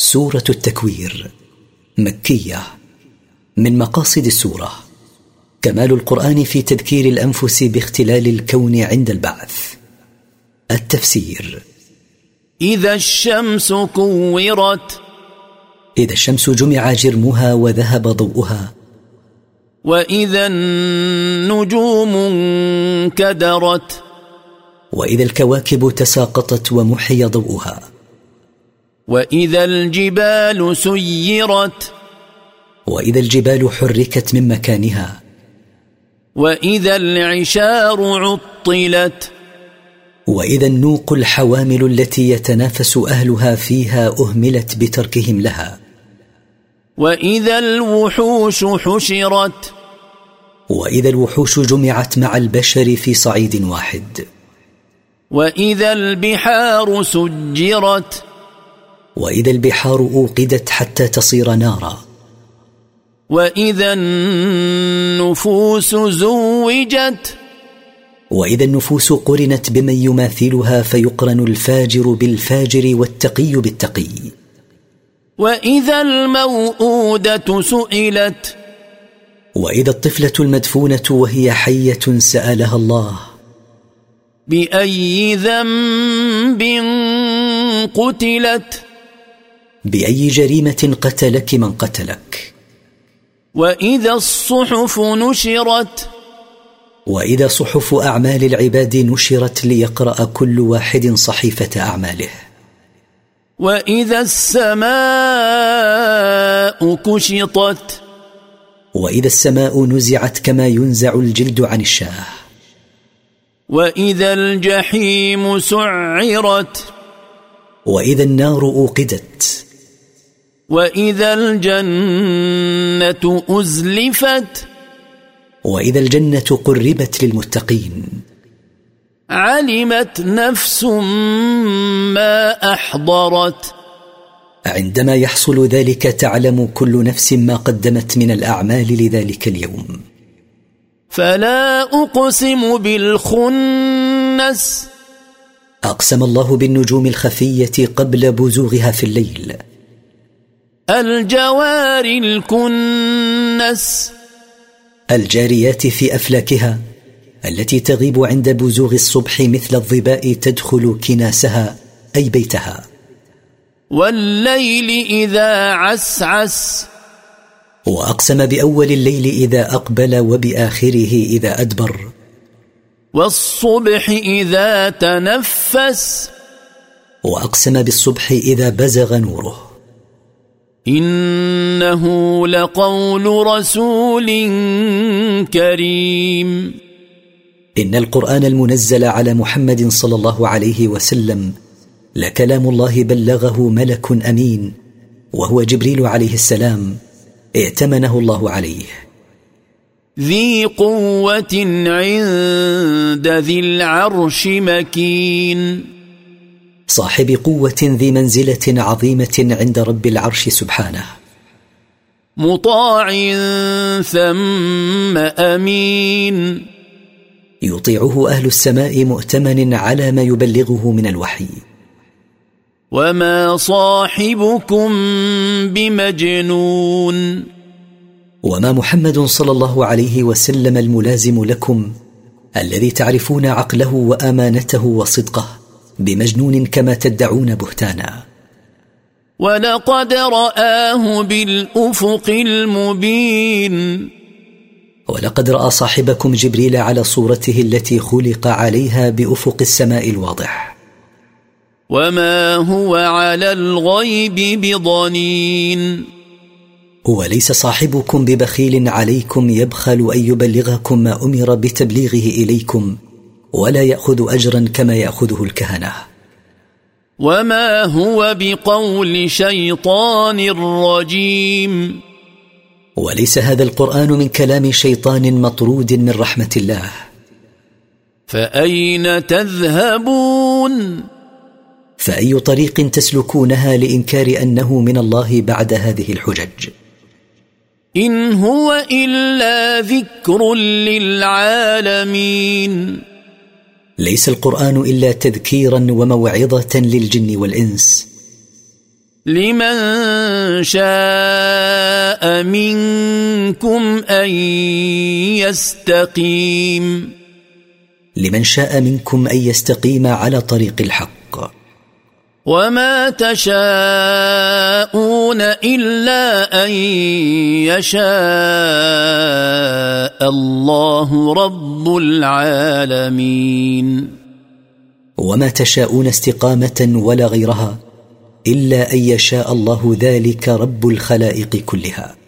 سورة التكوير مكية. من مقاصد السورة كمال القرآن في تذكير الأنفس باختلال الكون عند البعث. التفسير: إذا الشمس كورت، إذا الشمس جمع جرمها وذهب ضوءها. وإذا النجوم انكدرت، وإذا الكواكب تساقطت ومحي ضوءها. وإذا الجبال سيرت، وإذا الجبال حركت من مكانها. وإذا العشار عطلت، وإذا النوق الحوامل التي يتنافس أهلها فيها أهملت بتركهم لها. وإذا الوحوش حشرت، وإذا الوحوش جمعت مع البشر في صعيد واحد. وإذا البحار سجرت، وإذا البحار أوقدت حتى تصير نارا. وإذا النفوس زوجت، وإذا النفوس قرنت بمن يماثلها فيقرن الفاجر بالفاجر والتقي بالتقي. وإذا الموءودة سئلت، وإذا الطفلة المدفونة وهي حية سألها الله: بأي ذنب قتلت، بأي جريمة قتلك من قتلك. وإذا الصحف نشرت، وإذا صحف أعمال العباد نشرت ليقرأ كل واحد صحيفة أعماله. وإذا السماء كشطت، وإذا السماء نزعت كما ينزع الجلد عن الشاه. وإذا الجحيم سعرت، وإذا النار أوقدت. وإذا الجنة أزلفت، وإذا الجنة قربت للمتقين. علمت نفس ما أحضرت، عندما يحصل ذلك تعلم كل نفس ما قدمت من الأعمال لذلك اليوم. فلا أقسم بالخنس، أقسم الله بالنجوم الخفية قبل بزوغها في الليل. الجوار الكنس، الجاريات في أفلاكها التي تغيب عند بزوغ الصبح مثل الظباء تدخل كناسها أي بيتها. والليل إذا عسعس، وأقسم بأول الليل إذا أقبل وبآخره إذا أدبر. والصبح إذا تنفس، وأقسم بالصبح إذا بزغ نوره. إنه لقول رسول كريم، إن القرآن المنزل على محمد صلى الله عليه وسلم لكلام الله بلغه ملك أمين وهو جبريل عليه السلام ائتمنه الله عليه. ذي قوة عند ذي العرش مكين، صاحب قوة ذي منزلة عظيمة عند رب العرش سبحانه. مطاع ثم أمين، يطيعه أهل السماء مؤتمن على ما يبلغه من الوحي. وما صاحبكم بمجنون، وما محمد صلى الله عليه وسلم الملازم لكم الذي تعرفون عقله وأمانته وصدقه بمجنون كما تدعون بهتانا. ولقد رآه بالأفق المبين، ولقد رأى صاحبكم جبريل على صورته التي خلق عليها بأفق السماء الواضح. وما هو على الغيب بضنين، وليس صاحبكم ببخيل عليكم يبخل أن يبلغكم ما أمر بتبليغه إليكم ولا يأخذ أجرا كما يأخذه الكهنة. وما هو بقول شيطان رجيم، وليس هذا القرآن من كلام شيطان مطرود من رحمة الله. فأين تذهبون، فأي طريق تسلكونها لإنكار أنه من الله بعد هذه الحجج؟ إن هو إلا ذكر للعالمين، ليس القرآن إلا تذكيرا وموعظة للجن والإنس. لمن شاء منكم أن يستقيم لمن شاء منكم أن يستقيم على طريق الحق. وما تشاءون إلا أن يشاء الله رب العالمين. وما تشاءون استقامة ولا غيرها إلا أن يشاء الله ذلك رب الخلائق كلها.